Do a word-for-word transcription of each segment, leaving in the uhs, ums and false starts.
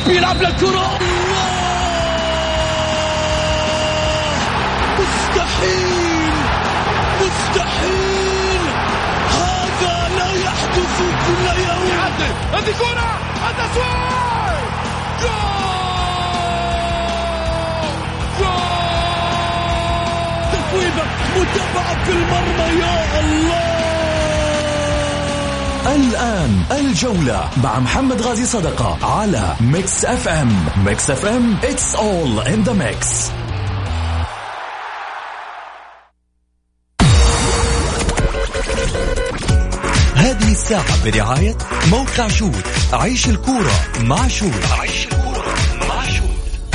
بيلعب للكرة، مستحيل مستحيل، هذا لا يحدث كل يوم. هذه كرة التسويق، جول جول، تسويبة متابعة في المرمى، يا الله. الآن الجولة مع محمد غازي صدقة على ميكس اف ام. ميكس اف ام it's all in the mix. هذه الساعة برعاية موقع شوت. عيش الكورة مع شوت. عيش الكورة مع شوت.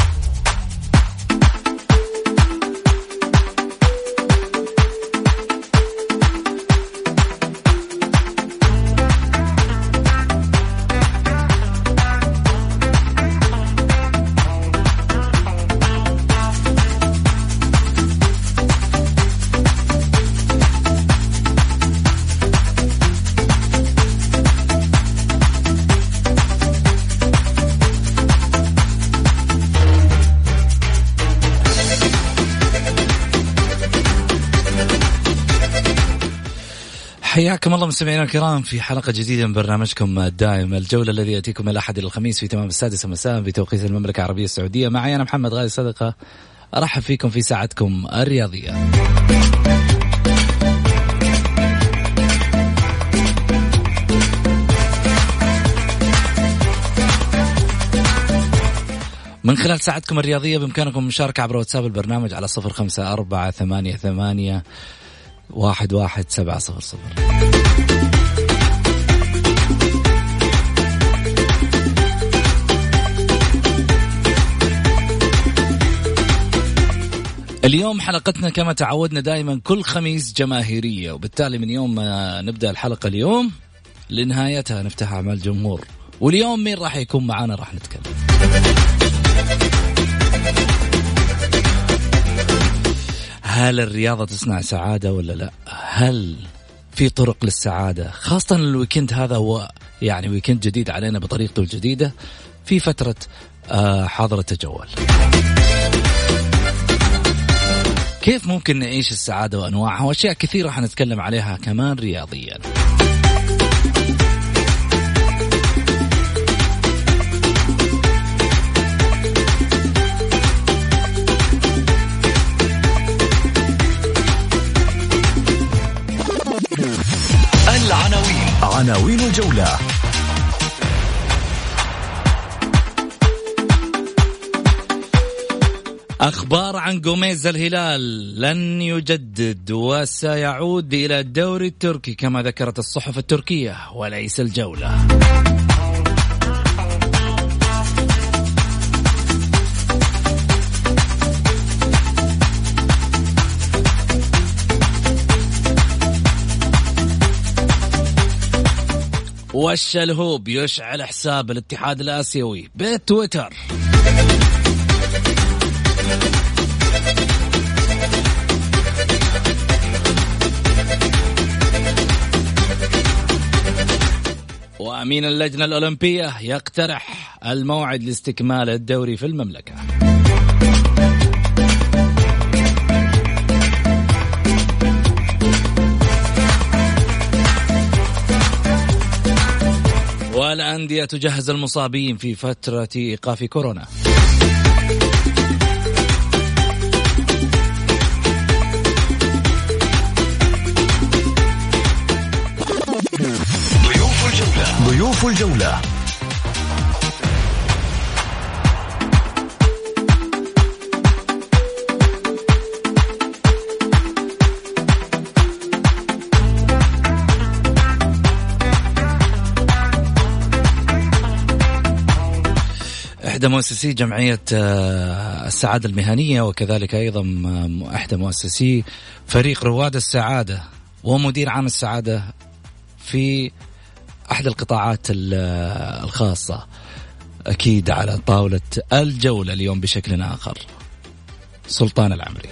حياكم الله مستمعينا الكرام في حلقة جديدة من برنامجكم الدائم الجولة، الذي يأتيكم من الأحد إلى الخميس في تمام السادسة مساء بتوقيت المملكة العربية السعودية. معي أنا محمد غازي صدقة، أرحب فيكم في ساعتكم الرياضية. من خلال ساعتكم الرياضية بإمكانكم المشاركة عبر واتساب البرنامج على صفر خمسة أربعة ثمانية ثمانية واحد واحد سبعة صفر صفر. اليوم حلقتنا كما تعودنا دائما كل خميس جماهيرية، وبالتالي من يوم ما نبدأ الحلقة اليوم لنهايتها نفتحها مع الجمهور. واليوم مين راح يكون معنا؟ راح نتكلم هل الرياضة تصنع سعادة ولا لا؟ هل في طرق للسعادة؟ خاصة الويكند هذا هو يعني ويكند جديد علينا بطريقته الجديدة في فترة حاضر التجول. كيف ممكن نعيش السعادة وأنواعها؟ وأشياء كثيرة حنتكلم عليها كمان رياضيا. العناوين عناوين الجولة. أخبار عن جوميز الهلال لن يجدد وسيعود إلى الدوري التركي كما ذكرت الصحف التركية وليس الجولة. والشلهوب يشعل حساب الاتحاد الآسيوي بتويتر. وأمين اللجنة الأولمبية يقترح الموعد لاستكمال الدوري في المملكة. والأندية تجهز المصابين في فترة إيقاف كورونا. ضيوف الجولة ضيوف الجولة إحدى مؤسسي جمعية السعادة المهنية، وكذلك أيضا إحدى مؤسسي فريق رواد السعادة ومدير عام السعادة في أحد القطاعات الخاصة، أكيد على طاولة الجولة اليوم بشكل آخر، سلطان العمري.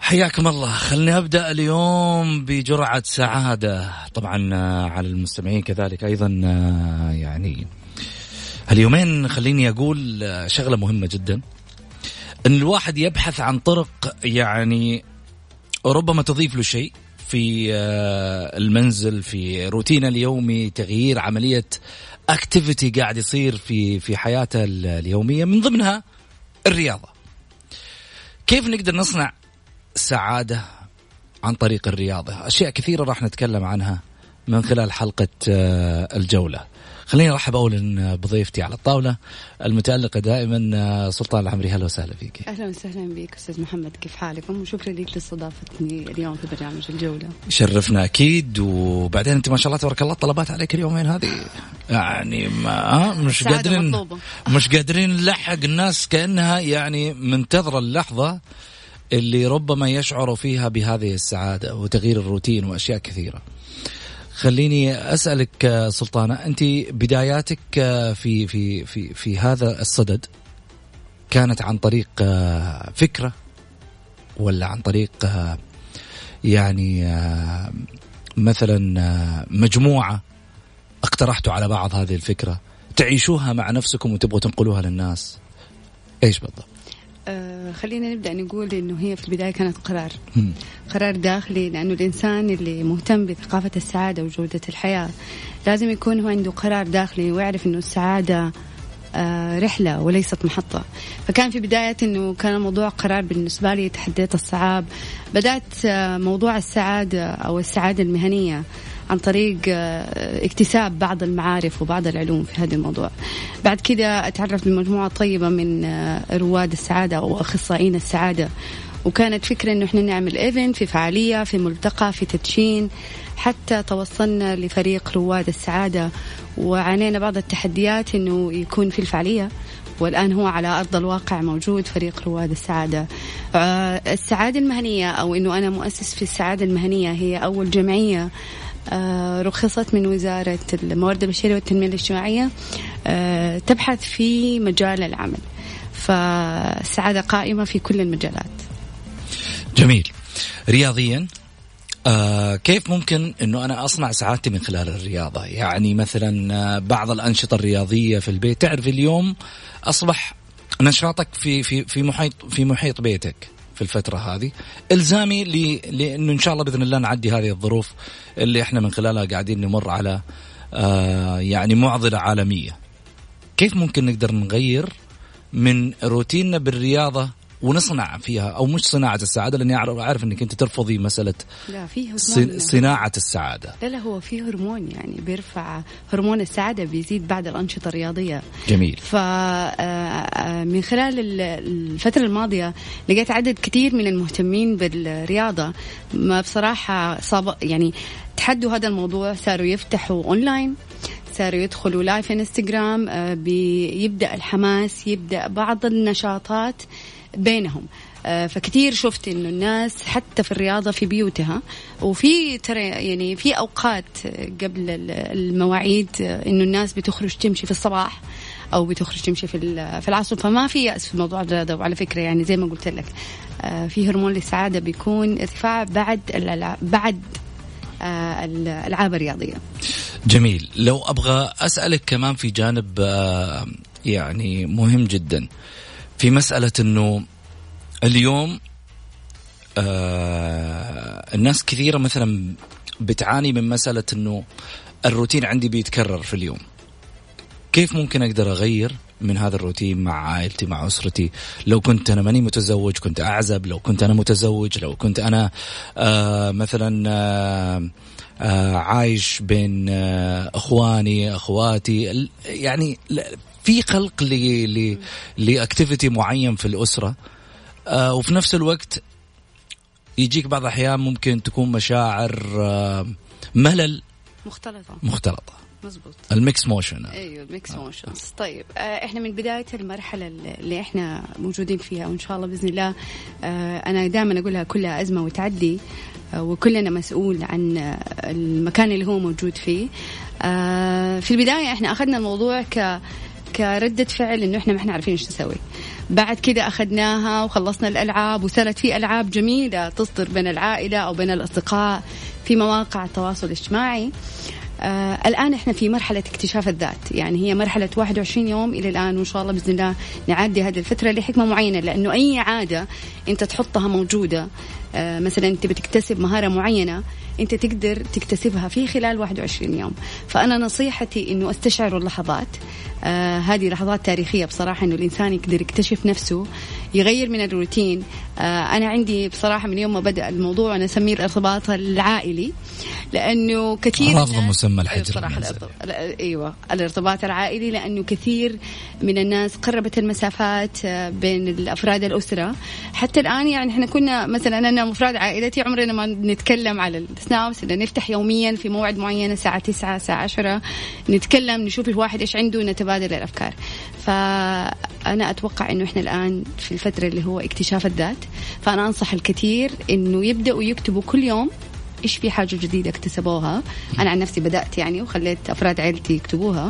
حياكم الله. خلني أبدأ اليوم بجرعة سعادة طبعا على المستمعين كذلك أيضا. يعني اليومين خليني أقول شغلة مهمة جدا، أن الواحد يبحث عن طرق يعني ربما تضيف له شيء في المنزل، في روتينه اليومي، تغيير عملية اكتيفيتي قاعد يصير في في حياته اليومية، من ضمنها الرياضة. كيف نقدر نصنع سعادة عن طريق الرياضة؟ أشياء كثيرة راح نتكلم عنها من خلال حلقة الجولة. خليني أرحب أولا بضيفتي على الطاولة المتألقة دائما سلطان العمري. هلا وسهلا فيك. أهلا وسهلا بك أستاذ محمد، كيف حالكم؟ وشكرا لك لاستضافتني اليوم في برنامج الجولة. شرفنا أكيد. وبعدين أنت ما شاء الله تبارك الله طلبات عليك اليومين هذه، يعني ما مش قادرين مطلوبة. مش قادرين نلحق الناس، كأنها يعني منتظرة اللحظة اللي ربما يشعروا فيها بهذه السعادة وتغيير الروتين وأشياء كثيرة. خليني أسألك سلطانة، أنت بداياتك في في في في هذا الصدد كانت عن طريق فكرة ولا عن طريق يعني مثلا مجموعة اقترحتوا على بعض هذه الفكرة تعيشوها مع نفسكم وتبغوا تنقلوها للناس؟ إيش بالضبط؟ آه خلينا نبدأ نقول إنه هي في البداية كانت قرار م. قرار داخلي، لأنه الإنسان اللي مهتم بثقافة السعادة وجودة الحياة لازم يكون هو عنده قرار داخلي ويعرف إنه السعادة آه رحلة وليست محطة. فكان في بداية إنه كان الموضوع قرار بالنسبة لي، تحديت الصعاب، بدأت آه موضوع السعادة أو السعادة المهنية عن طريق اكتساب بعض المعارف وبعض العلوم في هذا الموضوع. بعد كده اتعرفت بمجموعة طيبة من رواد السعادة أو أخصائيين السعادة، وكانت فكرة إنه إحنا نعمل إيفنت في فعالية في ملتقى في تدشين، حتى توصلنا لفريق رواد السعادة وعانينا بعض التحديات إنه يكون في الفعالية، والآن هو على أرض الواقع موجود فريق رواد السعادة. السعادة المهنية أو إنه أنا مؤسس في السعادة المهنية هي أول جمعية آه رخصت من وزارة الموارد البشرية والتنمية الاجتماعية آه تبحث في مجال العمل، فالسعادة قائمة في كل المجالات. جميل. رياضيا آه كيف ممكن أنه أنا أصنع سعادتي من خلال الرياضة؟ يعني مثلا آه بعض الأنشطة الرياضية في البيت، تعرف اليوم أصبح نشاطك في في في محيط في محيط بيتك في الفترة هذه، إلزامي لي لأنه إن شاء الله بإذن الله نعدي هذه الظروف اللي إحنا من خلالها قاعدين نمر على آه يعني معضلة عالمية. كيف ممكن نقدر نغير من روتيننا بالرياضة ونصنع فيها، أو مش صناعة السعادة، لأني أعرف أنك أنت ترفضي مسألة لا فيه صناعة السعادة. لا لا هو فيه هرمون يعني بيرفع هرمون السعادة، بيزيد بعد الأنشطة الرياضية. جميل. فمن خلال الفترة الماضية لقيت عدد كتير من المهتمين بالرياضة ما بصراحة صاب يعني تحدوا هذا الموضوع، صاروا يفتحوا أونلاين، صاروا يدخلوا لايف انستغرام، بيبدأ الحماس، يبدأ بعض النشاطات بينهم. فكتير شفت إنه الناس حتى في الرياضة في بيوتها، وفي ترى يعني في أوقات قبل المواعيد إنه الناس بتخرج تمشي في الصباح أو بتخرج تمشي في في العصر، فما في يأس في موضوع الرياضة. وعلى فكرة يعني زي ما قلت لك في هرمون للسعادة بيكون ارتفاع بعد بعد الألعاب الرياضية. جميل. لو أبغى أسألك كمان في جانب يعني مهم جدا في مسألة إنه اليوم آه الناس كثيرة مثلا بتعاني من مسألة إنه الروتين عندي بيتكرر في اليوم. كيف ممكن أقدر أغير من هذا الروتين مع عائلتي مع أسرتي؟ لو كنت أنا ماني متزوج كنت أعزب، لو كنت أنا متزوج، لو كنت أنا آه مثلا آه آه عايش بين آه أخواني أخواتي، يعني في خلق لأكتيفيتي معين في الأسرة. آه وفي نفس الوقت يجيك بعض الأحيان ممكن تكون مشاعر آه ملل مختلطة مختلطة مزبوط. الميكس موشن. ايوه الميكس موشن. طيب آه احنا من بدايه المرحله اللي احنا موجودين فيها، وان شاء الله باذن الله آه انا دائما اقولها كلها ازمه وتعدي، آه وكلنا مسؤول عن آه المكان اللي هو موجود فيه. آه في البدايه احنا اخذنا الموضوع ك كردة فعل إنه إحنا ما إحنا عارفين إيش نسوي، بعد كده أخذناها وخلصنا الألعاب وصارت في ألعاب جميلة تصدر بين العائلة أو بين الأصدقاء في مواقع التواصل الاجتماعي. آه الآن إحنا في مرحلة اكتشاف الذات، يعني هي مرحلة واحد وعشرين يوم إلى الآن، وإن شاء الله بإذن الله نعدي هذه الفترة لحكمة معينة، لأنه أي عادة أنت تحطها موجودة، آه مثلا أنت بتكتسب مهارة معينة أنت تقدر تكتسبها في خلال واحد وعشرين يوم. فأنا نصيحتي إنه استشعروا اللحظات، آه هذه لحظات تاريخية بصراحة، إنه الإنسان يقدر يكتشف نفسه، يغير من الروتين. آه أنا عندي بصراحة من يوم ما بدأ الموضوع أنا أسميه الارتباط العائلي، لأنه كثير رافض مسمى الحجر بصراحة الارتباط. أيوة الارتباط العائلي، لأنه كثير من الناس قربت المسافات بين الأفراد الأسرة. حتى الآن يعني إحنا كنا مثلا أنا مفرد عائلتي عمرنا ما نتكلم على السنابس، إذا نفتح يوميا في موعد معين الساعة تسعة الساعة عشرة نتكلم، نشوف الواحد إيش عنده، نتبادل الأفكار. فأنا أتوقع إنه إحنا الآن في الفترة اللي هو اكتشاف الذات، فأنا أنصح الكثير إنه يبدأوا يكتبوا كل يوم إيش في حاجة جديدة اكتسبوها. أنا عن نفسي بدأت يعني وخليت أفراد عائلتي يكتبوها،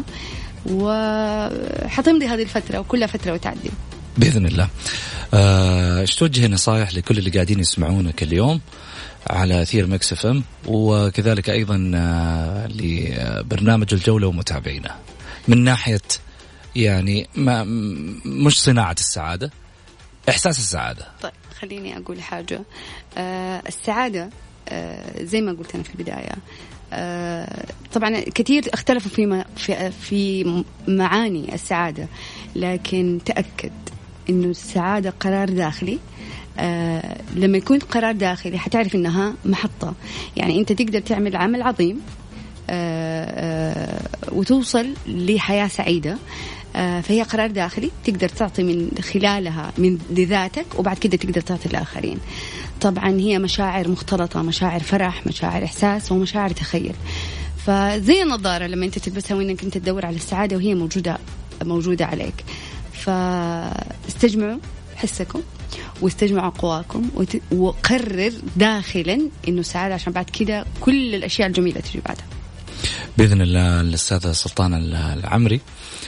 وحتمضي هذه الفترة وكل فترة وتعدي بإذن الله. ايش آه توجه نصائح لكل اللي قاعدين يسمعونك اليوم على أثير ميكس اف ام، وكذلك أيضا آه لبرنامج الجولة ومتابعينه، من ناحية يعني ما مش صناعة السعادة، إحساس السعادة؟ طيب خليني أقول حاجة. آه السعادة آه زي ما قلت أنا في البداية، آه طبعا كثير اختلفوا في, في في معاني السعادة، لكن تأكد إنه السعادة قرار داخلي. آه لما يكون قرار داخلي حتعرف إنها محطة، يعني أنت تقدر تعمل عمل عظيم آه آه وتوصل لحياة سعيدة. آه فهي قرار داخلي تقدر تعطي من خلالها من لذاتك، وبعد كده تقدر تعطي الآخرين. طبعا هي مشاعر مختلطة، مشاعر فرح، مشاعر إحساس، ومشاعر تخيل. فزي النظارة لما أنت تلبسها وإنك أنت تدور على السعادة وهي موجودة موجودة عليك. فاستجمعوا حسكم واستجمعوا قواكم وقرر داخلا إنه السعادة، عشان بعد كده كل الأشياء الجميلة تجي بعدها بإذن الله. الأستاذة سلطان العمري،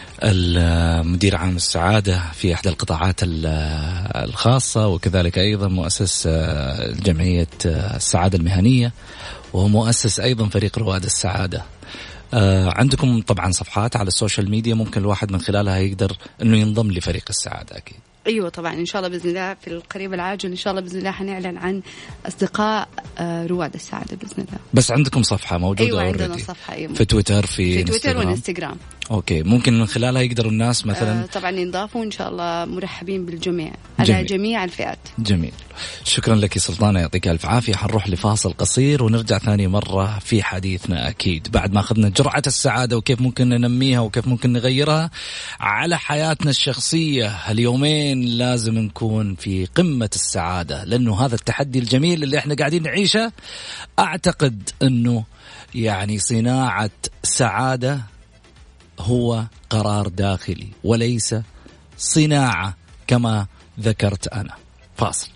المدير عام السعادة في إحدى القطاعات الخاصة، وكذلك أيضا مؤسس جمعية السعادة المهنية، ومؤسس أيضا فريق رواد السعادة. عندكم طبعا صفحات على السوشيال ميديا ممكن الواحد من خلالها يقدر أنه ينضم لفريق السعادة أكيد. أيوة طبعا إن شاء الله بإذن الله في القريب العاجل إن شاء الله بإذن الله حنعلن عن أصدقاء رواد السعادة بإذن الله. بس عندكم صفحة موجودة؟ أيوة عندنا صفحة. أيوة. في تويتر في, في تويتر وإنستغرام. أوكي، ممكن من خلالها يقدروا الناس مثلا آه طبعا ينضافوا إن شاء الله، مرحبين بالجميع على جميل. جميع الفئات. جميل، شكرا لك سلطانة، يعطيك ألف عافية. حنروح لفاصل قصير ونرجع ثاني مرة في حديثنا أكيد بعد ما أخذنا جرعة السعادة وكيف ممكن ننميها وكيف ممكن نغيرها على حياتنا الشخصية. اليومين لازم نكون في قمة السعادة، لأنه هذا التحدي الجميل اللي احنا قاعدين نعيشه أعتقد أنه يعني صناعة سعادة هو قرار داخلي وليس صناعة كما ذكرت أنا. فاصل.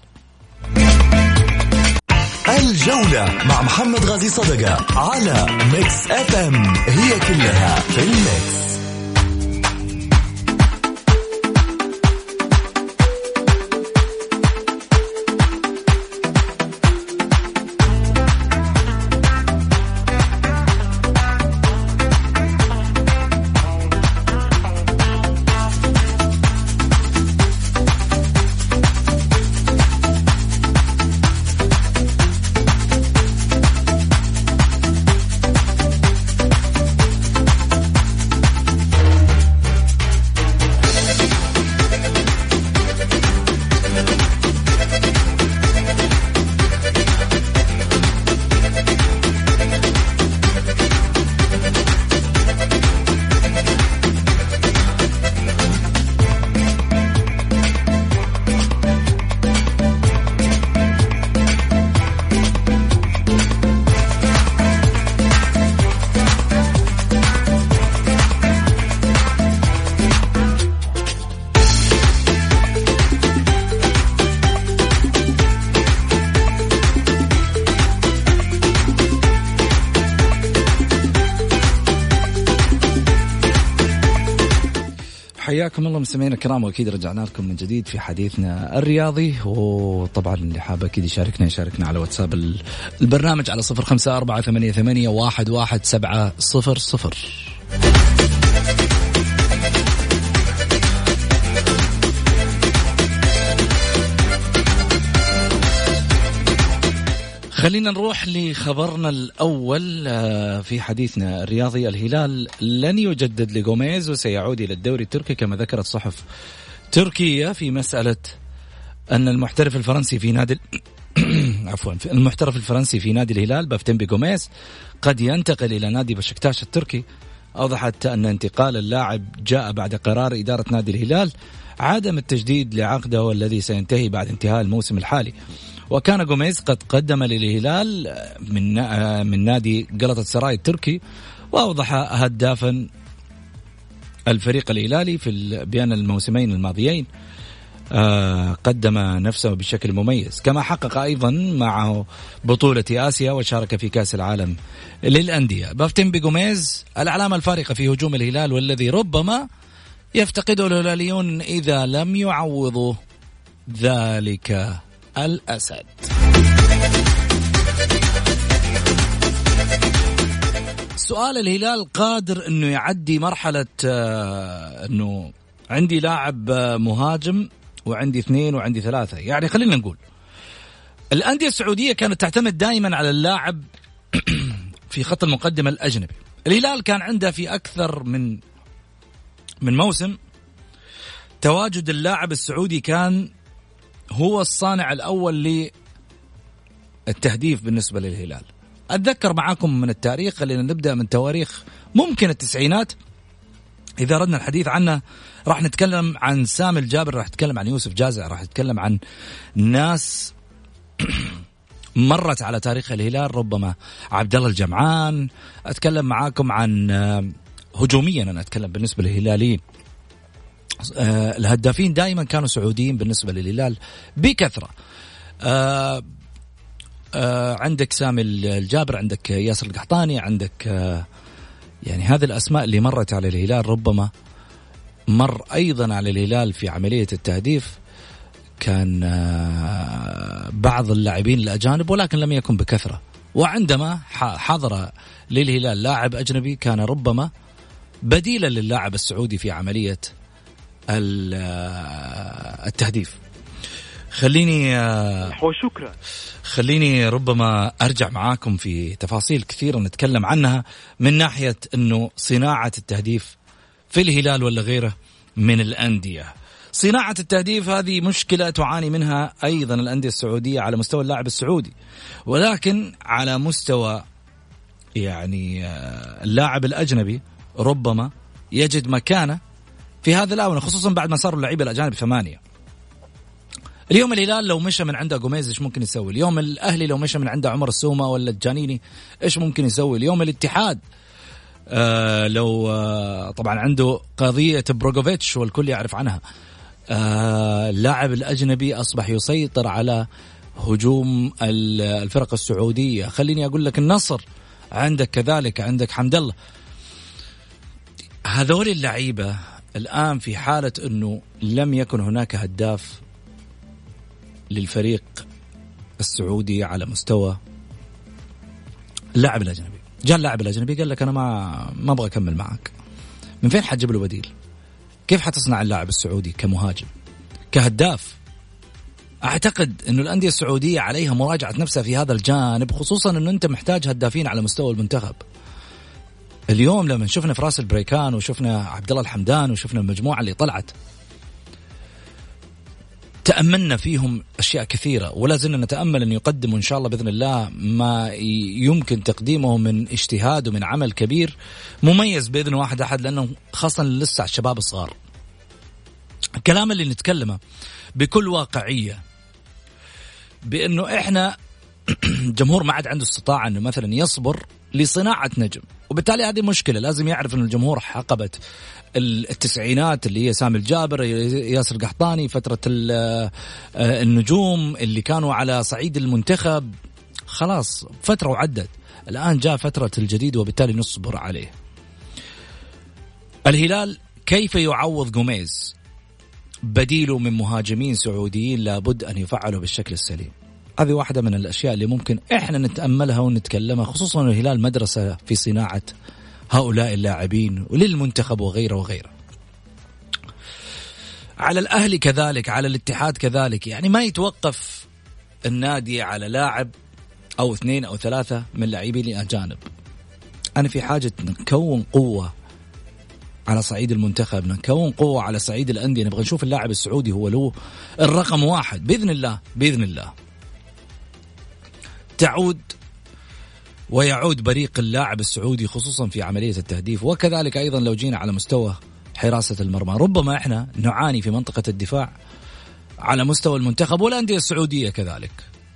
الجولة مع محمد غازي صدقة على ميكس اف ام، هي كلها في الميكس. حياكم الله مستمعينا الكرام، واكيد رجعنا لكم من جديد في حديثنا الرياضي. وطبعا اللي حابه اكيد يشاركنا يشاركنا على واتساب البرنامج على صفر خمسة أربعة ثمانية ثمانية واحد واحد سبعة صفر صفر. خلينا نروح لخبرنا الأول في حديثنا الرياضي. الهلال لن يجدد لغوميز وسيعود إلى الدوري التركي كما ذكرت صحف تركية في مسألة أن المحترف الفرنسي في نادي عفوا المحترف الفرنسي في نادي الهلال بافتيمبي غوميز قد ينتقل إلى نادي بشكتاش التركي. أوضحت أن انتقال اللاعب جاء بعد قرار إدارة نادي الهلال عدم التجديد لعقده والذي سينتهي بعد انتهاء الموسم الحالي. وكان غوميز قد قدم للهلال من من نادي غلطة سراي التركي. وأوضح هدافا الفريق الهلالي في بين الموسمين الماضيين قدم نفسه بشكل مميز، كما حقق أيضا معه بطولة آسيا وشارك في كأس العالم للأندية. بافتيمبي غوميز العلامة الفارقة في هجوم الهلال والذي ربما يفتقده الهلاليون إذا لم يعوضوا ذلك الأسد. سؤال: الهلال قادر أنه يعدي مرحلة أنه عندي لاعب مهاجم وعندي اثنين وعندي ثلاثة؟ يعني خلينا نقول الأندية السعودية كانت تعتمد دائما على اللاعب في خط المقدمة الأجنبي. الهلال كان عنده في أكثر من من موسم تواجد اللاعب السعودي كان هو الصانع الأول للتهديف بالنسبة للهلال. أتذكر معاكم من التاريخ، خلينا نبدأ من تواريخ ممكن التسعينات إذا أردنا الحديث عنه. راح نتكلم عن سامي الجابر، راح نتكلم عن يوسف جازع، راح نتكلم عن ناس مرت على تاريخ الهلال، ربما عبد الله الجمعان. أتكلم معاكم عن هجوميا، أنا أتكلم بالنسبة للهلاليين الهدافين دائما كانوا سعوديين بالنسبة للهلال بكثرة. آآ آآ عندك سامي الجابر، عندك ياسر القحطاني، عندك يعني هذه الأسماء اللي مرت على الهلال. ربما مر أيضا على الهلال في عملية التهديف كان بعض اللاعبين الأجانب ولكن لم يكن بكثرة. وعندما حضر للهلال لاعب أجنبي كان ربما بديلا للاعب السعودي في عملية التهديف. خليني وشكرا خليني ربما أرجع معاكم في تفاصيل كثيرة نتكلم عنها من ناحية أنه صناعة التهديف في الهلال ولا غيره من الأندية. صناعة التهديف هذه مشكلة تعاني منها أيضا الأندية السعودية على مستوى اللاعب السعودي، ولكن على مستوى يعني اللاعب الأجنبي ربما يجد مكانه في هذا الآونة، خصوصا بعد ما صاروا اللعيبة الأجانب ثمانية. اليوم الهلال لو مشى من عنده غوميز إيش ممكن يسوي؟ اليوم الأهلي لو مشى من عنده عمر السومة ولا الجانيني إيش ممكن يسوي؟ اليوم الاتحاد آه لو آه طبعا عنده قضية بروغوفيتش والكل يعرف عنها. آه اللاعب الأجنبي أصبح يسيطر على هجوم الفرق السعودية. خليني أقول لك النصر عندك كذلك، عندك حمد الله. هذول اللعيبة الآن في حالة أنه لم يكن هناك هداف للفريق السعودي على مستوى اللاعب الأجنبي. جاء اللاعب الأجنبي قال لك أنا ما ما أبغى أكمل معك. من فين حتجيب له بديل؟ كيف حتصنع اللاعب السعودي كمهاجم كهداف؟ أعتقد أنه الأندية السعودية عليها مراجعة نفسها في هذا الجانب، خصوصا أنه أنت محتاج هدافين على مستوى المنتخب. اليوم لما شفنا فراس البريكان وشفنا عبد الله الحمدان وشفنا المجموعة اللي طلعت تأملنا فيهم أشياء كثيرة، ولا زلنا نتأمل أن يقدموا إن شاء الله بإذن الله ما يمكن تقديمه من اجتهاد ومن عمل كبير مميز بإذن واحد أحد، لأنه خاصة لسه الشباب الصغار. الكلام اللي نتكلمه بكل واقعية بأنه إحنا جمهور ما عاد عنده استطاعة أنه مثلا يصبر لصناعة نجم، وبالتالي هذه مشكلة. لازم يعرف أن الجمهور حقبة التسعينات اللي هي سامي الجابر، ياسر القحطاني، فترة النجوم اللي كانوا على صعيد المنتخب، خلاص فترة وعدت. الآن جاء فترة الجديد وبالتالي نصبر عليه. الهلال كيف يعوض جوميز بديله من مهاجمين سعوديين لابد أن يفعلوا بالشكل السليم. هذه واحدة من الأشياء اللي ممكن إحنا نتأملها ونتكلمها، خصوصا الهلال مدرسة في صناعة هؤلاء اللاعبين وللمنتخب وغيره وغيره. على الأهلي كذلك، على الاتحاد كذلك، يعني ما يتوقف النادي على لاعب أو اثنين أو ثلاثة من لاعبين الأجانب. أنا في حاجة نكون قوة على صعيد المنتخب، نكون قوة على صعيد الأندية. نبغى نشوف اللاعب السعودي هو له الرقم واحد بإذن الله، بإذن الله تعود ويعود بريق اللاعب السعودي خصوصا في عملية التهديف. وكذلك أيضا لو جينا على مستوى حراسة المرمى، ربما إحنا نعاني في منطقة الدفاع على مستوى المنتخب والأندية السعودية كذلك.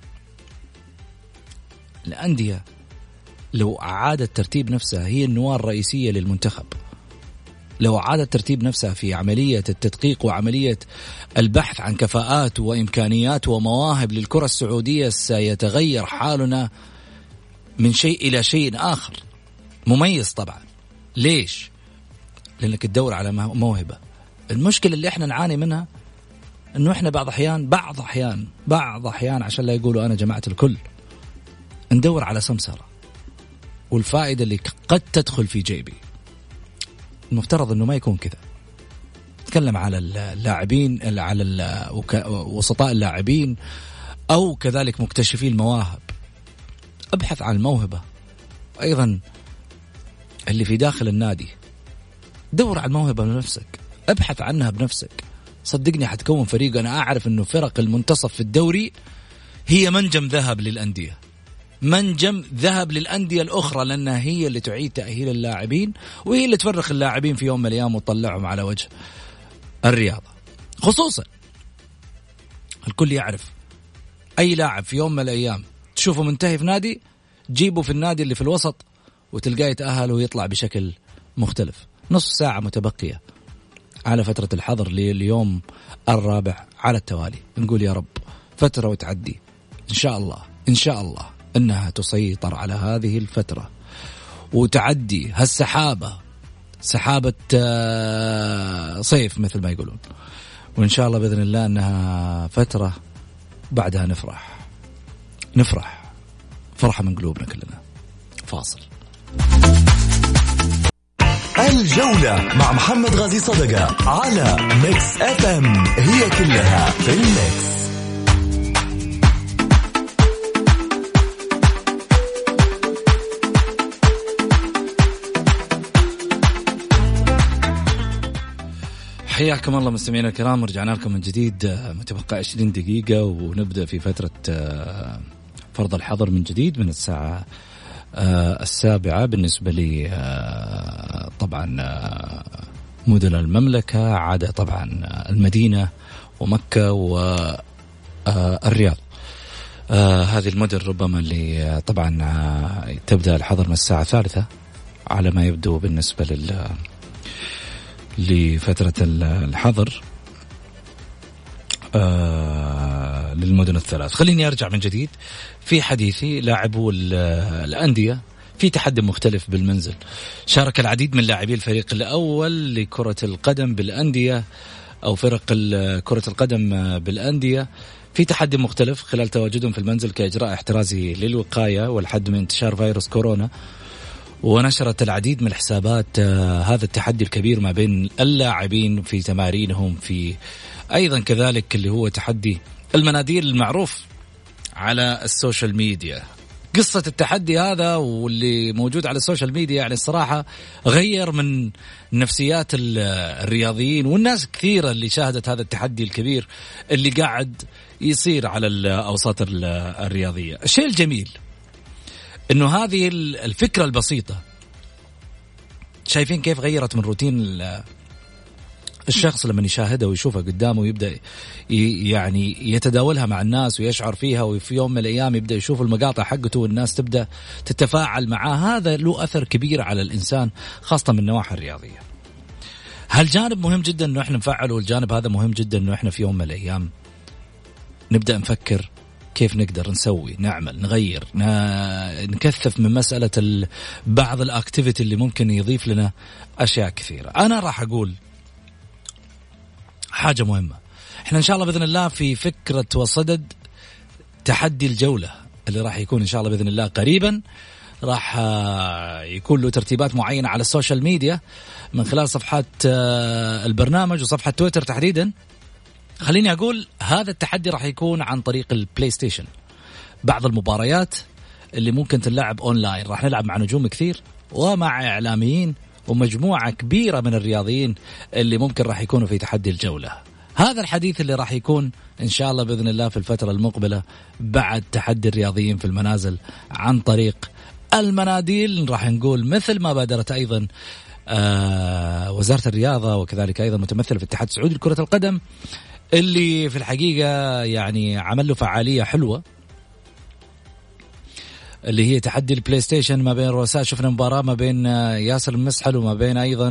الأندية لو أعادت ترتيب نفسها، هي النواة الرئيسية للمنتخب، لو أعادت ترتيب نفسها في عملية التدقيق وعملية البحث عن كفاءات وإمكانيات ومواهب للكرة السعودية، سيتغير حالنا من شيء إلى شيء آخر مميز طبعا. ليش؟ لأنك تدور على موهبة. المشكلة اللي احنا نعاني منها انه احنا بعض احيان بعض احيان بعض احيان عشان لا يقولوا انا جماعة الكل ندور على سمسرة، والفائدة اللي قد تدخل في جيبي. المفترض انه ما يكون كذا. نتكلم على اللاعبين، على وسطاء اللاعبين او كذلك مكتشفي المواهب. ابحث عن الموهبة. ايضا اللي في داخل النادي، دور على الموهبة بنفسك، ابحث عنها بنفسك. صدقني حتكون فريق. أنا أعرف أنه فرق المنتصف في الدوري هي منجم ذهب للأندية، منجم ذهب للأندية الأخرى، لأنها هي اللي تعيد تأهيل اللاعبين، وهي اللي تفرخ اللاعبين في يوم من الأيام وتطلعهم على وجه الرياضة. خصوصا الكل يعرف أي لاعب في يوم من الأيام تشوفه منتهي في نادي، جيبه في النادي اللي في الوسط وتلقاه يتأهل ويطلع بشكل مختلف. نصف ساعة متبقية على فترة الحظر لليوم الرابع على التوالي. نقول يا رب فترة وتعدي إن شاء الله، إن شاء الله أنها تسيطر على هذه الفترة وتعدي هالسحابة، سحابة صيف مثل ما يقولون. وإن شاء الله بإذن الله أنها فترة بعدها نفرح نفرح فرحة من قلوبنا كلنا. فاصل. الجولة مع محمد غازي صدقة على ميكس اف ام، هي كلها في الميكس. حياكم الله مستمعينا الكرام، رجعنا لكم من جديد. متبقى عشرين دقيقة ونبدأ في فترة فرض الحظر من جديد من الساعة آه السابعة بالنسبة لي. آه طبعا آه مدن المملكة، عدا طبعا المدينة ومكة والرياض. آه هذه المدن ربما اللي طبعا آه تبدأ الحظر من الساعة الثالثة على ما يبدو بالنسبة لل لفترة الحظر آه للمدن الثلاث. خليني أرجع من جديد في حديثي. لاعبو الأندية في تحدي مختلف بالمنزل. شارك العديد من لاعبي الفريق الأول لكرة القدم بالأندية أو فرق كرة القدم بالأندية في تحدي مختلف خلال تواجدهم في المنزل كإجراء احترازي للوقاية والحد من انتشار فيروس كورونا. ونشرت العديد من الحسابات هذا التحدي الكبير ما بين اللاعبين في تمارينهم، في أيضا كذلك اللي هو تحدي المناديل المعروف على السوشيال ميديا. قصة التحدي هذا واللي موجود على السوشيال ميديا يعني الصراحة غير من نفسيات الرياضيين والناس كثيرة اللي شاهدت هذا التحدي الكبير اللي قاعد يصير على الأوساط الرياضية. الشيء الجميل إنه هذه الفكرة البسيطة شايفين كيف غيرت من روتين الشخص لما يشاهدها ويشوفها قدامه ويبدأ يعني يتداولها مع الناس ويشعر فيها، وفي يوم من الأيام يبدأ يشوف المقاطع حقته والناس تبدأ تتفاعل معاه. هذا له أثر كبير على الإنسان خاصة من النواحي الرياضية. هالجانب مهم جدا إنه إحنا نفعله، والجانب هذا مهم جدا إنه إحنا في يوم من الأيام نبدأ نفكر كيف نقدر نسوي، نعمل، نغير، نكثف من مسألة بعض الأكتيفيتي اللي ممكن يضيف لنا أشياء كثيرة. أنا راح أقول حاجة مهمة. احنا ان شاء الله بإذن الله في فكرة وصدد تحدي الجولة اللي راح يكون ان شاء الله بإذن الله قريبا، راح يكون له ترتيبات معينة على السوشيال ميديا من خلال صفحات البرنامج وصفحة تويتر تحديدا. خليني أقول هذا التحدي راح يكون عن طريق البلاي ستيشن. بعض المباريات اللي ممكن تلعب أونلاين راح نلعب مع نجوم كثير ومع إعلاميين ومجموعة كبيرة من الرياضيين اللي ممكن راح يكونوا في تحدي الجولة. هذا الحديث اللي راح يكون إن شاء الله بإذن الله في الفترة المقبلة بعد تحدي الرياضيين في المنازل عن طريق المناديل. راح نقول مثل ما بادرت أيضا آه وزارة الرياضة وكذلك أيضا متمثل في الاتحاد السعودي لكرة القدم اللي في الحقيقة يعني عمل له فعالية حلوة اللي هي تحدي البلاي ستيشن ما بين رؤساء. شفنا مباراة ما بين ياسر المسحل وما بين أيضا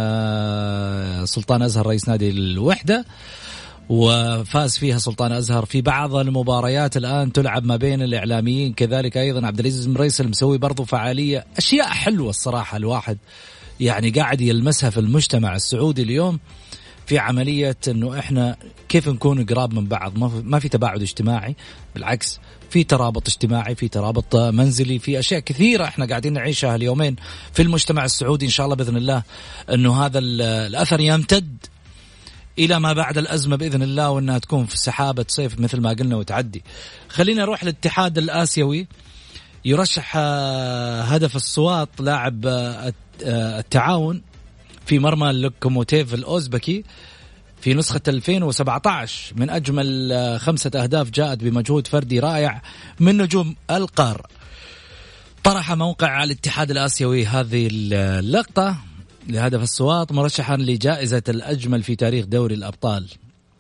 سلطان أزهر رئيس نادي الوحدة، وفاز فيها سلطان أزهر. في بعض المباريات الآن تلعب ما بين الإعلاميين كذلك أيضا عبد العزيز مريسل مسوي برضو فعالية. أشياء حلوة الصراحة الواحد يعني قاعد يلمسها في المجتمع السعودي اليوم في عملية أنه إحنا كيف نكون قراب من بعض. ما في تباعد اجتماعي، بالعكس في ترابط اجتماعي، في ترابط منزلي، في أشياء كثيرة إحنا قاعدين نعيشها اليومين في المجتمع السعودي. إن شاء الله بإذن الله أنه هذا الأثر يمتد إلى ما بعد الأزمة بإذن الله، وأنها تكون في سحابة صيف مثل ما قلنا وتعدي. خلينا نروح للاتحاد الآسيوي. يرشح هدف الصوات لاعب التعاون في مرمى اللوكوموتيف الأوزبكي في نسخة ألفين وسبعة عشر من أجمل خمسة أهداف جاءت بمجهود فردي رائع من نجوم القارة. طرح موقع الاتحاد الآسيوي هذه اللقطة لهدف الصوات مرشحا لجائزة الأجمل في تاريخ دوري الأبطال.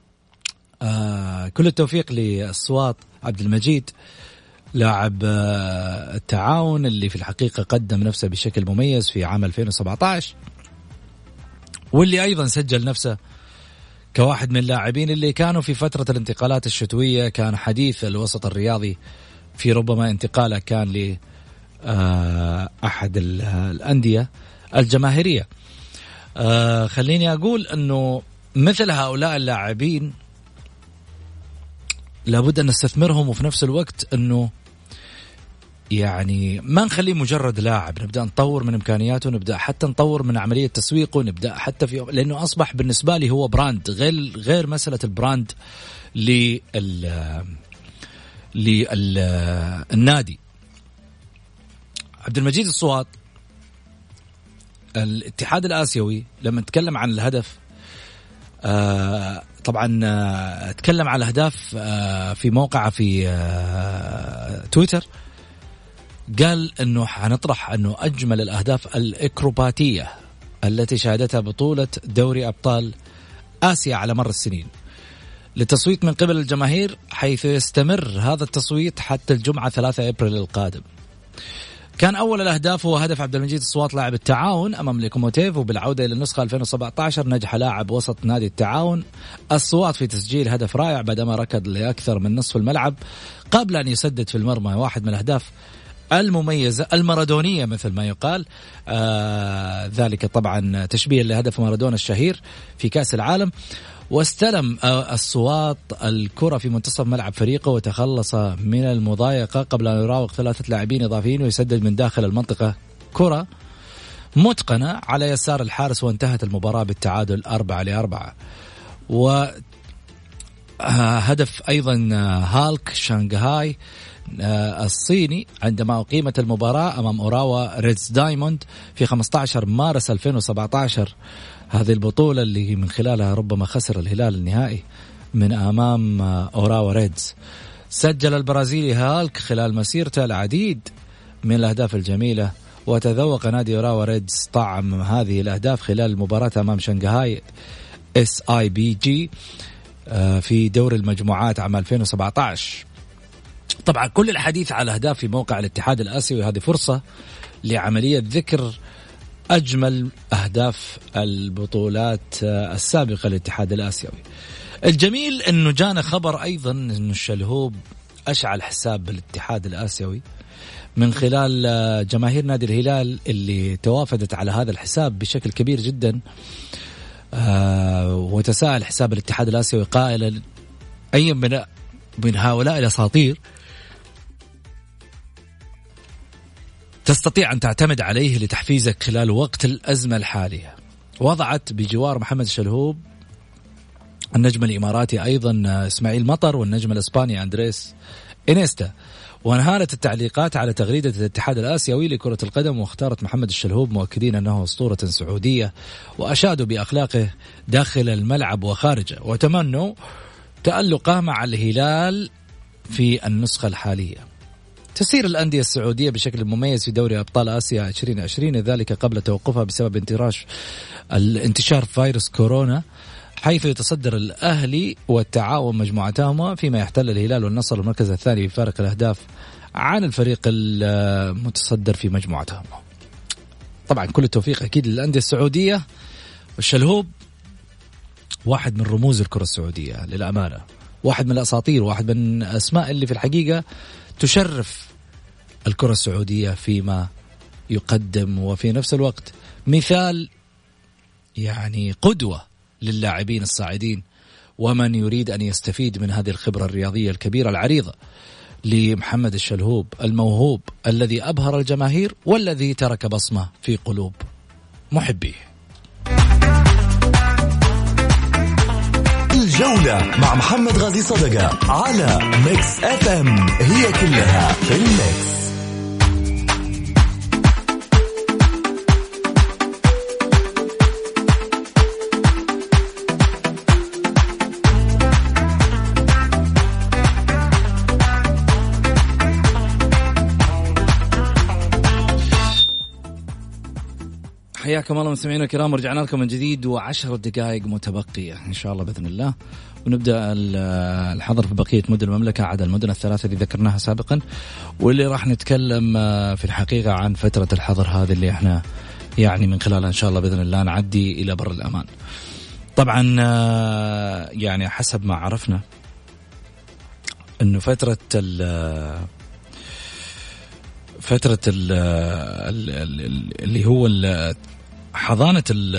آه كل التوفيق للصوات عبد المجيد لاعب آه التعاون اللي في الحقيقة قدم نفسه بشكل مميز في عام ألفين وسبعة عشر، واللي أيضا سجل نفسه كواحد من اللاعبين اللي كانوا في فترة الانتقالات الشتوية كان حديث الوسط الرياضي في ربما انتقاله كان لأحد الأندية الجماهيرية. آه خليني أقول أنه مثل هؤلاء اللاعبين لابد أن نستثمرهم، وفي نفس الوقت أنه يعني ما نخليه مجرد لاعب، نبدأ نطور من إمكانياته، نبدأ حتى نطور من عملية تسويقه، نبدأ حتى في لأنه أصبح بالنسبة لي هو براند، غير غير مسألة البراند لل للنادي. عبد المجيد الصوات الاتحاد الآسيوي لما نتكلم عن الهدف آه طبعا آه تكلم عن الأهداف آه في موقعه في آه تويتر، قال أنه حنطرح أنه أجمل الأهداف الإكروباتية التي شهدتها بطولة دوري أبطال آسيا على مر السنين للتصويت من قبل الجماهير، حيث يستمر هذا التصويت حتى الجمعة ثلاثة أبريل القادم. كان أول الأهداف هو هدف عبد المجيد الصوات لاعب التعاون أمام ليكوموتيف، وبالعودة إلى النسخة ألفين وسبعة عشر نجح لاعب وسط نادي التعاون الصوات في تسجيل هدف رائع بعدما ركض لأكثر من نصف الملعب قبل أن يسدد في المرمى واحد من الأهداف المميزة المارادونية مثل ما يقال، آه ذلك طبعا تشبيه لهدف مارادونا الشهير في كأس العالم. واستلم الصوات الكرة في منتصف ملعب فريقه وتخلص من المضايقة قبل أن يراوغ ثلاثة لاعبين إضافيين ويسدد من داخل المنطقة كرة متقنة على يسار الحارس، وانتهت المباراة بالتعادل أربعة لأربعة. وهدف أيضا هالك شانغهاي الصيني عندما أقيمت المباراة أمام أوراوا ريدز دايموند في خمسة عشر مارس ألفين وسبعة عشر، هذه البطولة اللي من خلالها ربما خسر الهلال النهائي من أمام أوراوا ريدز. سجل البرازيلي هالك خلال مسيرته العديد من الأهداف الجميلة، وتذوق نادي أوراوا ريدز طعم هذه الأهداف خلال المباراة أمام شنغهاي اس اي بي جي في دور المجموعات عام ألفين وسبعة عشر. طبعا كل الحديث على أهداف في موقع الاتحاد الآسيوي هذه فرصة لعملية ذكر أجمل أهداف البطولات السابقة للاتحاد الآسيوي. الجميل أنه جانا خبر أيضا أنه الشلهوب أشعل حساب بالاتحاد الآسيوي من خلال جماهير نادي الهلال اللي توافدت على هذا الحساب بشكل كبير جدا. آه وتساءل حساب الاتحاد الآسيوي قائلا أي من من هؤلاء الأساطير تستطيع أن تعتمد عليه لتحفيزك خلال وقت الأزمة الحالية. وضعت بجوار محمد الشلهوب النجم الإماراتي أيضا إسماعيل مطر والنجم الإسباني أندريس إنيستا. وانهارت التعليقات على تغريدة الاتحاد الآسيوي لكرة القدم، واختارت محمد الشلهوب مؤكدين أنه أسطورة سعودية، وأشادوا بأخلاقه داخل الملعب وخارجه، وتمنوا تألقه مع الهلال في النسخة الحالية. تسير الأندية السعودية بشكل مميز في دوري أبطال آسيا عشرين عشرين، ذلك قبل توقفها بسبب انتراش الانتشار فيروس كورونا، حيث يتصدر الأهلي والتعاون مجموعتهما، فيما يحتل الهلال والنصر المركز الثاني بفارق الأهداف عن الفريق المتصدر في مجموعتهما. طبعا كل التوفيق أكيد للأندية السعودية. والشلهوب واحد من رموز الكرة السعودية للأمانة، واحد من الأساطير، واحد من أسماء اللي في الحقيقة تشرف الكرة السعودية فيما يقدم، وفي نفس الوقت مثال يعني قدوة للاعبين الصاعدين ومن يريد أن يستفيد من هذه الخبرة الرياضية الكبيرة العريضة لمحمد الشلهوب الموهوب الذي أبهر الجماهير والذي ترك بصمة في قلوب محبيه. الجولة مع محمد غازي صدقة على ميكس اف ام، هي كلها في الميكس. حياكم الله مستمعينا الكرام، ورجعنا لكم من جديد وعشر دقائق متبقية إن شاء الله بإذن الله، ونبدأ الحظر في بقية مدن المملكة عدا المدن الثلاثة اللي ذكرناها سابقا، واللي راح نتكلم في الحقيقة عن فترة الحظر هذه اللي احنا يعني من خلالها إن شاء الله بإذن الله نعدي إلى بر الأمان. طبعا يعني حسب ما عرفنا إنه فترة ال فترة ال اللي هو حضانة ال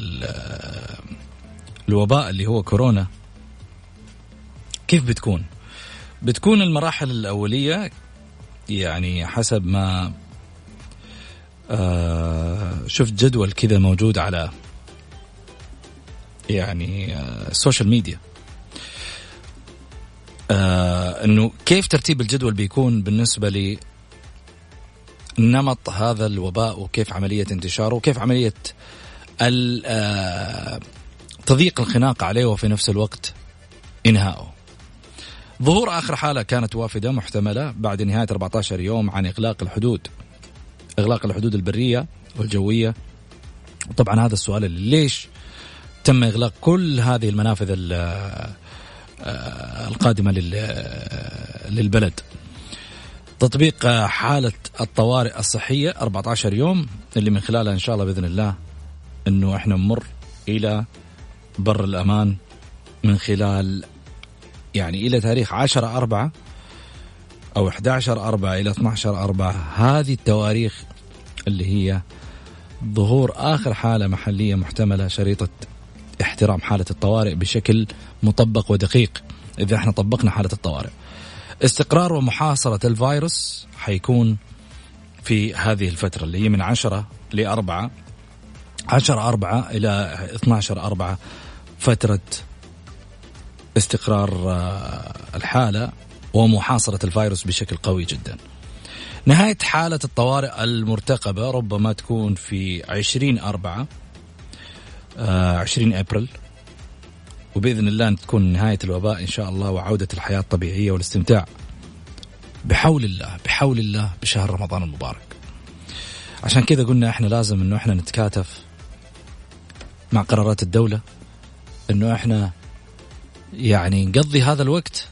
الوباء اللي هو كورونا كيف بتكون بتكون المراحل الأولية، يعني حسب ما شفت جدول كذا موجود على يعني السوشيال ميديا، إنه كيف ترتيب الجدول بيكون بالنسبة لي نمط هذا الوباء، وكيف عملية انتشاره، وكيف عملية تضييق الخناق عليه وفي نفس الوقت إنهائه. ظهور آخر حالة كانت وافدة محتملة بعد نهاية أربعة عشر يوم عن إغلاق الحدود إغلاق الحدود البرية والجوية. وطبعا هذا السؤال اللي ليش تم إغلاق كل هذه المنافذ القادمة للبلد. تطبيق حالة الطوارئ الصحية أربعة عشر يوم اللي من خلالها إن شاء الله بإذن الله إنه إحنا نمر إلى بر الأمان من خلال يعني إلى تاريخ عشرة أربعة أو أحد عشر أربعة إلى اثنا عشر أربعة. هذه التواريخ اللي هي ظهور آخر حالة محلية محتملة، شريطة احترام حالة الطوارئ بشكل مطبق ودقيق. إذا إحنا طبقنا حالة الطوارئ، استقرار ومحاصرة الفيروس حيكون في هذه الفترة اللي هي من عشرة لأربعة عشرة أربعة إلى اثنا عشر أربعة، فترة استقرار الحالة ومحاصرة الفيروس بشكل قوي جدا. نهاية حالة الطوارئ المرتقبة ربما تكون في عشرين أربعة عشرين أبريل، وبإذن الله أن تكون نهاية الوباء إن شاء الله وعودة الحياة الطبيعية والاستمتاع بحول الله بحول الله بشهر رمضان المبارك. عشان كذا قلنا إحنا لازم إنه إحنا نتكاتف مع قرارات الدولة، إنه إحنا يعني نقضي هذا الوقت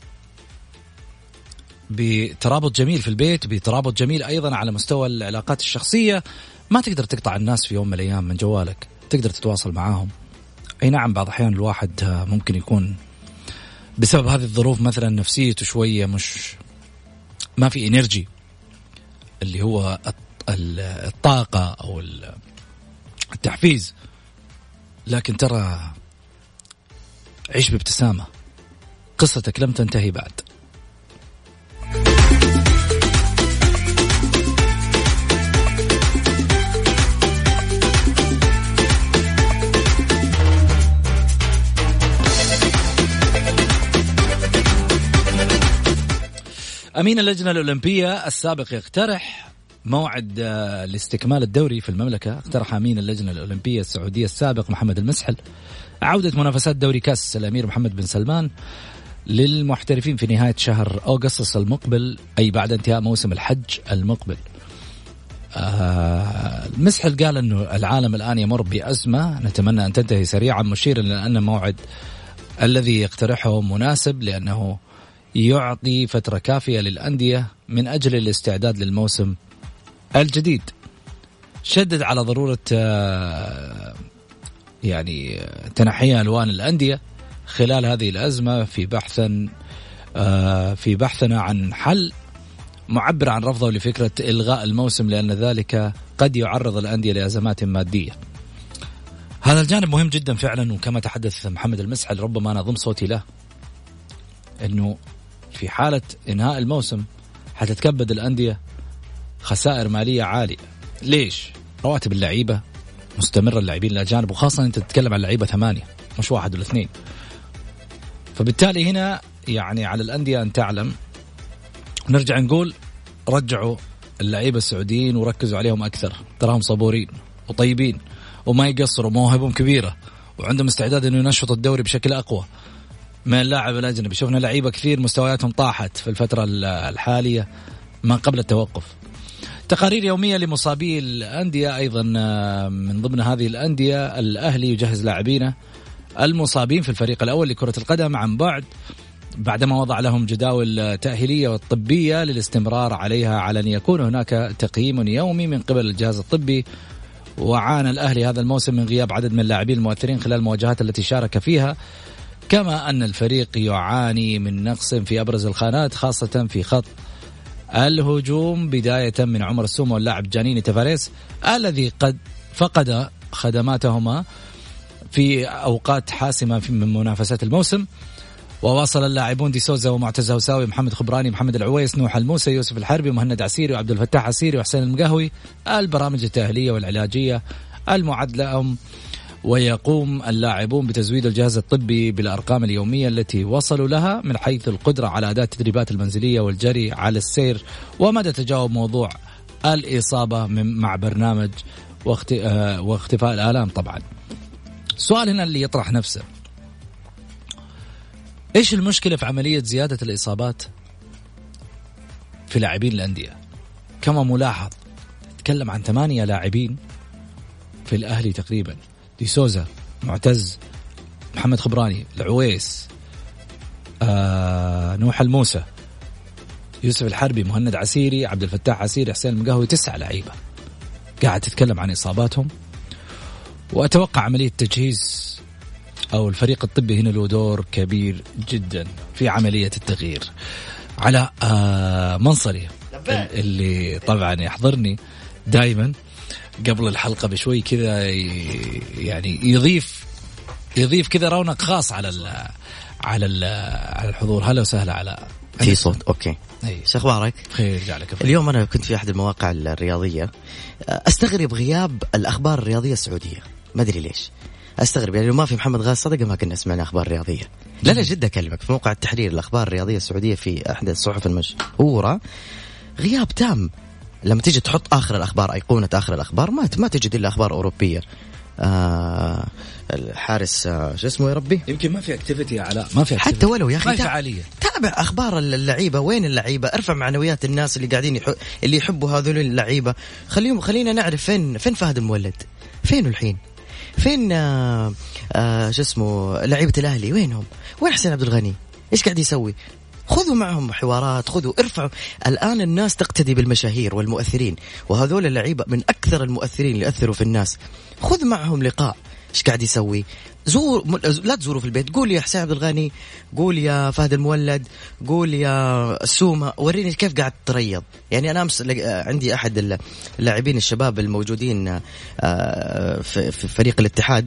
بترابط جميل في البيت، بترابط جميل أيضا على مستوى العلاقات الشخصية. ما تقدر تقطع الناس في يوم من الأيام من جوالك، تقدر تتواصل معاهم. أي نعم بعض الأحيان الواحد ممكن يكون بسبب هذه الظروف مثلا نفسيته شوية مش ما في إنرجي اللي هو الطاقة أو التحفيز لكن ترى عيش بابتسامة، قصتك لم تنتهي بعد. أمين اللجنة الأولمبية السابق يقترح موعد لاستكمال الدوري في المملكة. اقترح أمين اللجنة الأولمبية السعودية السابق محمد المسحل عودة منافسات دوري كأس الأمير محمد بن سلمان للمحترفين في نهاية شهر أغسطس المقبل، أي بعد انتهاء موسم الحج المقبل. آه المسحل قال أنه العالم الآن يمر بأزمة نتمنى أن تنتهي سريعا، مشيرا إلى أن الموعد الذي يقترحه مناسب لأنه يعطي فترة كافية للأندية من أجل الاستعداد للموسم الجديد. شدد على ضرورة يعني تنحي ألوان الأندية خلال هذه الأزمة في بحثا في بحثنا عن حل، معبر عن رفضه لفكرة إلغاء الموسم لأن ذلك قد يعرض الأندية لأزمات مادية. هذا الجانب مهم جدا فعلا، وكما تحدث محمد المسحل ربما أنا ضم صوتي له، أنه في حالة إنهاء الموسم حتتكبد الأندية خسائر مالية عالية. ليش؟ رواتب اللعيبة مستمرة، اللاعبين الأجانب، وخاصة أنت تتكلم عن لعيبة ثمانية مش واحد ولا اثنين. فبالتالي هنا يعني على الأندية أن تعلم، نرجع نقول رجعوا اللعيبة السعوديين وركزوا عليهم أكثر، تراهم صبورين وطيبين وما يقصروا، موهبهم كبيرة وعندهم استعداد أنه ينشط الدوري بشكل أقوى من اللاعب الأجنبي. شوفنا لعيبة كثير مستوياتهم طاحت في الفترة الحالية ما قبل التوقف. تقارير يومية لمصابي الأندية أيضا، من ضمن هذه الأندية الأهلي يجهز لاعبينه المصابين في الفريق الأول لكرة القدم عن بعد بعدما وضع لهم جداول تأهيلية والطبية للاستمرار عليها على أن يكون هناك تقييم يومي من قبل الجهاز الطبي. وعانى الأهلي هذا الموسم من غياب عدد من اللاعبين المؤثرين خلال المواجهات التي شارك فيها، كما أن الفريق يعاني من نقص في أبرز الخانات خاصة في خط الهجوم، بداية من عمر السومة واللاعب جانيني تافاريس الذي قد فقد خدماتهما في أوقات حاسمة من منافسات الموسم. وواصل اللاعبون دي سوزا ومعتز هوساوي محمد خبراني محمد العويس نوح الموسى يوسف الحربي مهند عسيري وعبد الفتاح عسيري وحسين المقهوي البرامج التأهيلية والعلاجية المعد لهم، ويقوم اللاعبون بتزويد الجهاز الطبي بالأرقام اليومية التي وصلوا لها من حيث القدرة على أداء التدريبات المنزلية والجري على السير ومدى تجاوب موضوع الإصابة مع برنامج واختفاء الآلام. طبعا السؤال هنا اللي يطرح نفسه، إيش المشكلة في عملية زيادة الإصابات في لاعبين الأندية؟ كما ملاحظ تكلم عن ثمانية لاعبين في الأهلي تقريبا، دي سوزا معتز محمد خبراني العويس آه، نوح الموسى يوسف الحربي مهند عسيري عبد الفتاح عسيري حسين المقهوي، تسعة لعيبة قاعد تتكلم عن إصاباتهم. وأتوقع عملية تجهيز أو الفريق الطبي هنا له دور كبير جدا في عملية التغيير. على آه منصري اللي طبعا يحضرني دائما قبل الحلقة بشوي كذا، يعني يضيف يضيف كذا رونق خاص على ال على ال على الحضور. هلا وسهلا على في صوت. اوكي ايش اخبارك؟ خير جعلك. اليوم انا كنت في احد المواقع الرياضيه استغرب غياب الاخبار الرياضيه السعوديه، ما ادري ليش استغرب، يعني لو ما في محمد غاز صدقه ما كنا سمعنا اخبار رياضيه. لا لا جدا اكلمك في موقع التحرير الاخبار الرياضيه السعوديه في احد الصحف المشهوره غياب تام. لما تيجي تحط آخر الأخبار أيقونة آخر الأخبار ما ما تجد إلا أخبار أوروبية. آه الحارس آه شو اسمه يا ربي، يمكن ما في اكتيفيتي يا علاء، ما في حتى ولو يا أخي ما في فعالية. تابع أخبار اللعيبة، وين اللعيبة، ارفع معنويات الناس اللي قاعدين يحب اللي يحبوا هذول اللعيبة. خليهم خلينا نعرف فين فين فهد المولد، فين الحين، فين آه آه شو اسمه لعيبة الأهلي، وينهم، وين حسين عبد الغني، إيش قاعد يسوي. خذوا معهم حوارات، خذوا ارفعوا. الآن الناس تقتدي بالمشاهير والمؤثرين، وهذول اللعيبة من أكثر المؤثرين اللي أثروا في الناس. خذ معهم لقاء، إيش قاعد يسوي. زور، لا تزوروا في البيت، قول يا حسين عبد الغني، قول يا فهد المولد، قول يا السومة، وريني كيف قاعد تريض. يعني أنا أمس عندي أحد اللاعبين الشباب الموجودين في فريق الاتحاد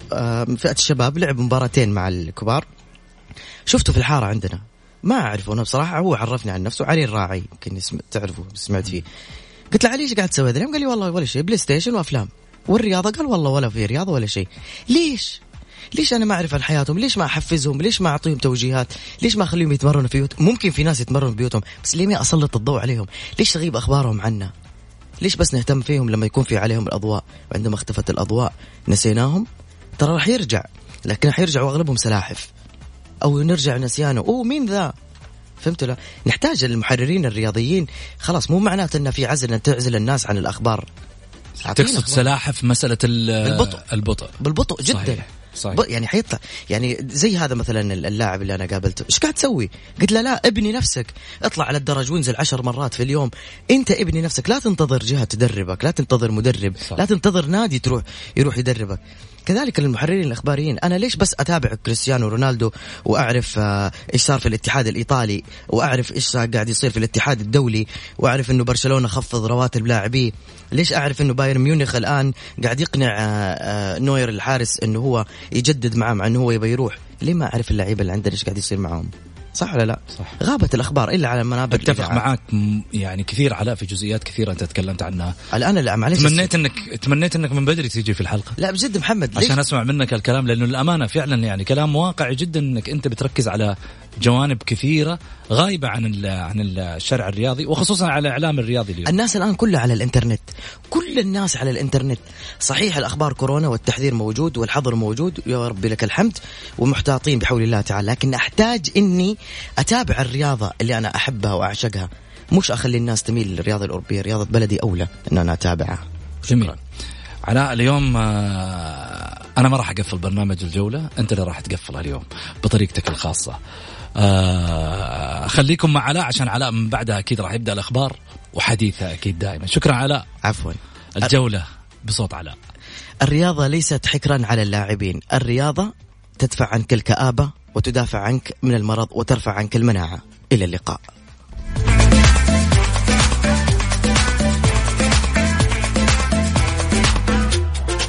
فئة الشباب لعب مباراتين مع الكبار، شفته في الحارة عندنا ما أعرفه أنا بصراحة، هو عرفني عن نفسه علي الراعي يمكن تعرفه سمعت فيه. قلت له علي ايش قاعد تسوي هذا؟ قال لي والله ولا شيء، بلاي ستيشن وأفلام. والرياضة قال والله ولا في رياضة ولا شيء. ليش؟ ليش أنا ما أعرف عن حياتهم؟ ليش ما أحفزهم؟ ليش ما أعطيهم توجيهات؟ ليش ما أخليهم يتمرنوا في بيوتهم؟ ممكن في ناس يتمرنوا في بيوتهم، بس ليه ما أسلط الضوء عليهم؟ ليش تغيب أخبارهم عنا؟ ليش بس نهتم فيهم لما يكون في عليهم الأضواء، وعندما اختفت الأضواء نسيناهم؟ ترى راح يرجع، لكن راح يرجع وأغلبهم سلاحف، أو نرجع نسيانه. أوه مين ذا؟ فهمت لا؟ نحتاج المحررين الرياضيين، خلاص مو معناته أن في عزل أن تعزل الناس عن الأخبار. تقصد سلاحف مسألة البطء البطء بالبطء جدا. صحيح. صحيح. يعني حيطلع يعني زي هذا مثلا اللاعب اللي أنا قابلته، إيش قاعد تسوي؟ قلت له لا ابني نفسك، اطلع على الدرج وانزل عشر مرات في اليوم، أنت ابني نفسك، لا تنتظر جهة تدربك، لا تنتظر مدرب، صح. لا تنتظر نادي تروح يروح يدربك. كذلك المحررين الإخباريين، أنا ليش بس أتابع كريستيانو رونالدو وأعرف إيش صار في الاتحاد الإيطالي، وأعرف إيش قاعد يصير في الاتحاد الدولي، وأعرف إنه برشلونة خفض رواتب لاعبيه؟ ليش أعرف إنه بايرن ميونخ الآن قاعد يقنع نوير الحارس إنه هو يجدد معه مع إنه هو يبي يروح؟ ليه ما أعرف اللعيبة اللي عندنا إيش قاعد يصير معهم؟ صح ولا لا؟ صح. غابت الأخبار إلا على المنابر. اتفق معاك يعني كثير علاء في جزئيات كثيرة أنت تكلمت عنها. الآن لا معلش، تمنيت إنك تمنيت إنك من بدري تيجي في الحلقة. لا بجد محمد، عشان أسمع منك الكلام، لأنه الأمانة فعلا يعني كلام واقعي جدا، إنك أنت بتركز على جوانب كثيرة غايبة عن عن الشارع الرياضي، وخصوصا على الإعلام الرياضي اليوم. الناس الآن كلها على الإنترنت، كل الناس على الإنترنت. صحيح الأخبار كورونا والتحذير موجود والحظر موجود، يا ربي لك الحمد، ومحتاطين بحول الله تعالى، لكن أحتاج إني أتابع الرياضة اللي أنا أحبها وأعشقها، مش أخلي الناس تميل للرياضة الأوروبية. رياضة بلدي أولى إن أنا أتابعها. جميل. علاء اليوم أنا ما راح أقفل برنامج الجولة، أنت اللي راح تقفلها اليوم بطريقتك الخاصة. خليكم مع علاء، عشان علاء من بعدها أكيد راح يبدأ الأخبار وحديثها أكيد دائما. شكرا علاء. عفوا. الجولة بصوت علاء. الرياضة ليست حكرا على اللاعبين، الرياضة تدفع عنك الكآبة وتدافع عنك من المرض وترفع عنك المناعة. إلى اللقاء.